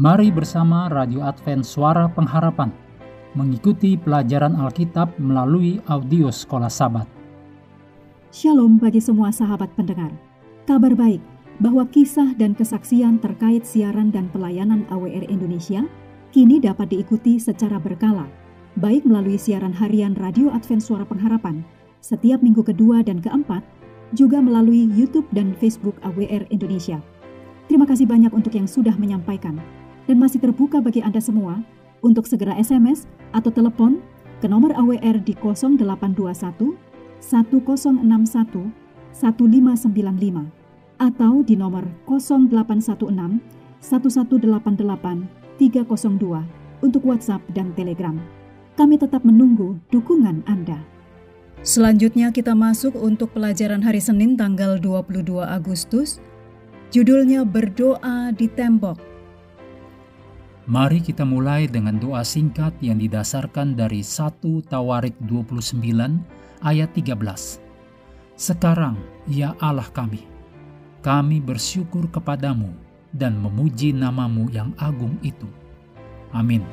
Mari bersama Radio Advent Suara Pengharapan mengikuti pelajaran Alkitab melalui audio Sekolah Sabat. Shalom bagi semua sahabat pendengar. Kabar baik bahwa kisah dan kesaksian terkait siaran dan pelayanan AWR Indonesia kini dapat diikuti secara berkala, baik melalui siaran harian Radio Advent Suara Pengharapan setiap minggu kedua dan keempat, juga melalui YouTube dan Facebook AWR Indonesia. Terima kasih banyak untuk yang sudah menyampaikan. Dan masih terbuka bagi Anda semua untuk segera SMS atau telepon ke nomor AWR di 0821 1061 1595 atau di nomor 0816 1188 302 untuk WhatsApp dan Telegram. Kami tetap menunggu dukungan Anda. Selanjutnya kita masuk untuk pelajaran hari Senin tanggal 22 Agustus. Judulnya Berdoa di Tembok. Mari kita mulai dengan doa singkat yang didasarkan dari 1 Tawarik 29 ayat 13. Sekarang, ya Allah kami bersyukur kepadamu dan memuji namamu yang agung itu. Amin.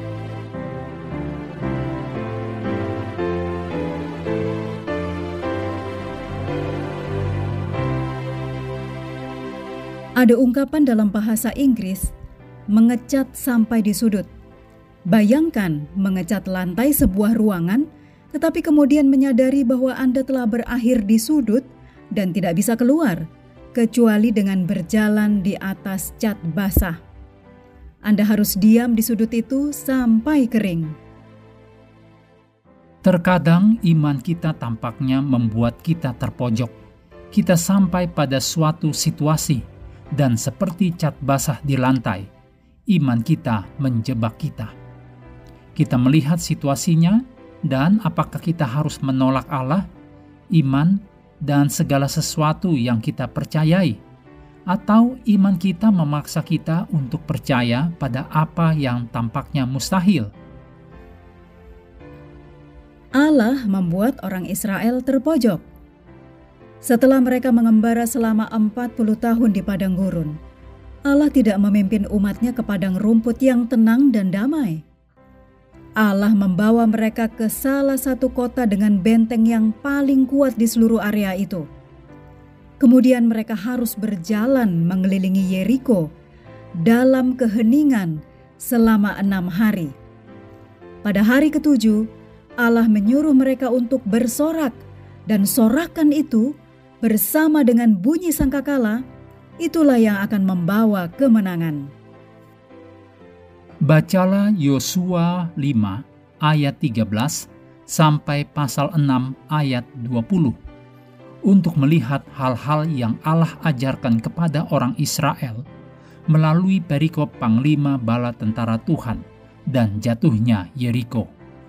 Ada ungkapan dalam bahasa Inggris, mengecat sampai di sudut. Bayangkan mengecat lantai sebuah ruangan, tetapi kemudian menyadari bahwa Anda telah berakhir di sudut dan tidak bisa keluar, kecuali dengan berjalan di atas cat basah. Anda harus diam di sudut itu sampai kering. Terkadang iman kita tampaknya membuat kita terpojok. Kita sampai pada suatu situasi, dan seperti cat basah di lantai, iman kita menjebak kita. Kita melihat situasinya dan apakah kita harus menolak Allah, iman, dan segala sesuatu yang kita percayai, atau iman kita memaksa kita untuk percaya pada apa yang tampaknya mustahil. Allah membuat orang Israel terpojok. Setelah mereka mengembara selama 40 tahun di padang gurun, Allah tidak memimpin umatnya ke padang rumput yang tenang dan damai. Allah membawa mereka ke salah satu kota dengan benteng yang paling kuat di seluruh area itu. Kemudian mereka harus berjalan mengelilingi Yeriko dalam keheningan selama 6 hari. Pada hari ke-7, Allah menyuruh mereka untuk bersorak, dan sorakan itu bersama dengan bunyi sangkakala, itulah yang akan membawa kemenangan. Bacalah Yosua 5 ayat 13 sampai pasal 6 ayat 20 untuk melihat hal-hal yang Allah ajarkan kepada orang Israel melalui perikop Panglima Bala Tentara Tuhan dan jatuhnya Yeriko.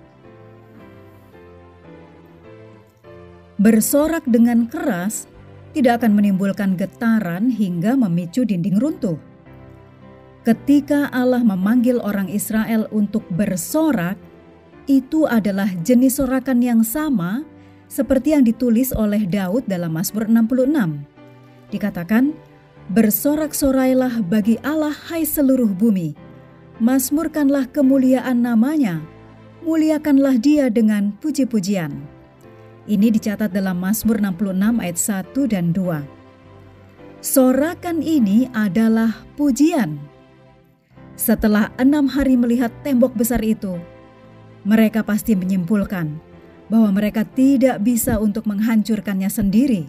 Bersorak dengan keras tidak akan menimbulkan getaran hingga memicu dinding runtuh. Ketika Allah memanggil orang Israel untuk bersorak, itu adalah jenis sorakan yang sama seperti yang ditulis oleh Daud dalam Mazmur 66. Dikatakan, bersorak-sorailah bagi Allah hai seluruh bumi, mazmurkanlah kemuliaan namanya, muliakanlah dia dengan puji-pujian. Ini dicatat dalam Mazmur 66 ayat 1 dan 2. Sorakan ini adalah pujian. Setelah 6 hari melihat tembok besar itu, mereka pasti menyimpulkan bahwa mereka tidak bisa untuk menghancurkannya sendiri.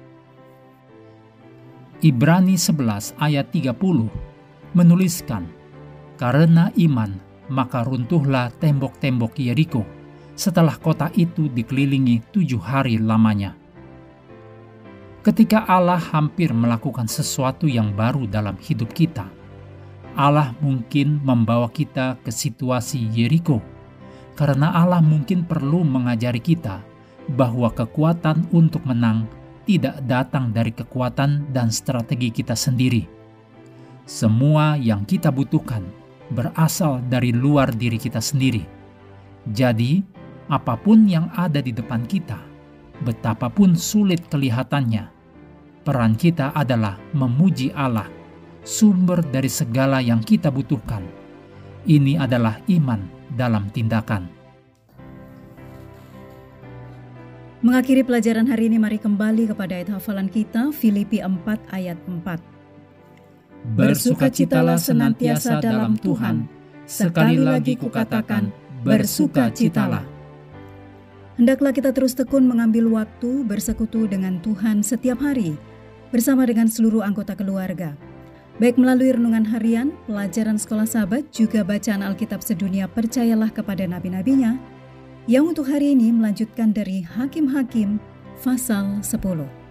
Ibrani 11 ayat 30 menuliskan, karena iman maka runtuhlah tembok-tembok Yeriko setelah kota itu dikelilingi 7 hari lamanya. Ketika Allah hampir melakukan sesuatu yang baru dalam hidup kita, Allah mungkin membawa kita ke situasi Yeriko, karena Allah mungkin perlu mengajari kita bahwa kekuatan untuk menang tidak datang dari kekuatan dan strategi kita sendiri. Semua yang kita butuhkan berasal dari luar diri kita sendiri. Jadi, apapun yang ada di depan kita, betapapun sulit kelihatannya, peran kita adalah memuji Allah sumber dari segala yang kita butuhkan. Ini adalah iman dalam tindakan. Mengakhiri pelajaran hari ini, mari kembali kepada ayat hafalan kita, Filipi 4 ayat 4. Bersukacitalah senantiasa dalam Tuhan. Sekali lagi kukatakan, bersukacitalah. Hendaklah kita terus tekun mengambil waktu bersekutu dengan Tuhan setiap hari, bersama dengan seluruh anggota keluarga. Baik melalui renungan harian, pelajaran sekolah sahabat, juga bacaan Alkitab sedunia Percayalah kepada nabi-nabinya, yang untuk hari ini melanjutkan dari Hakim-Hakim pasal 10.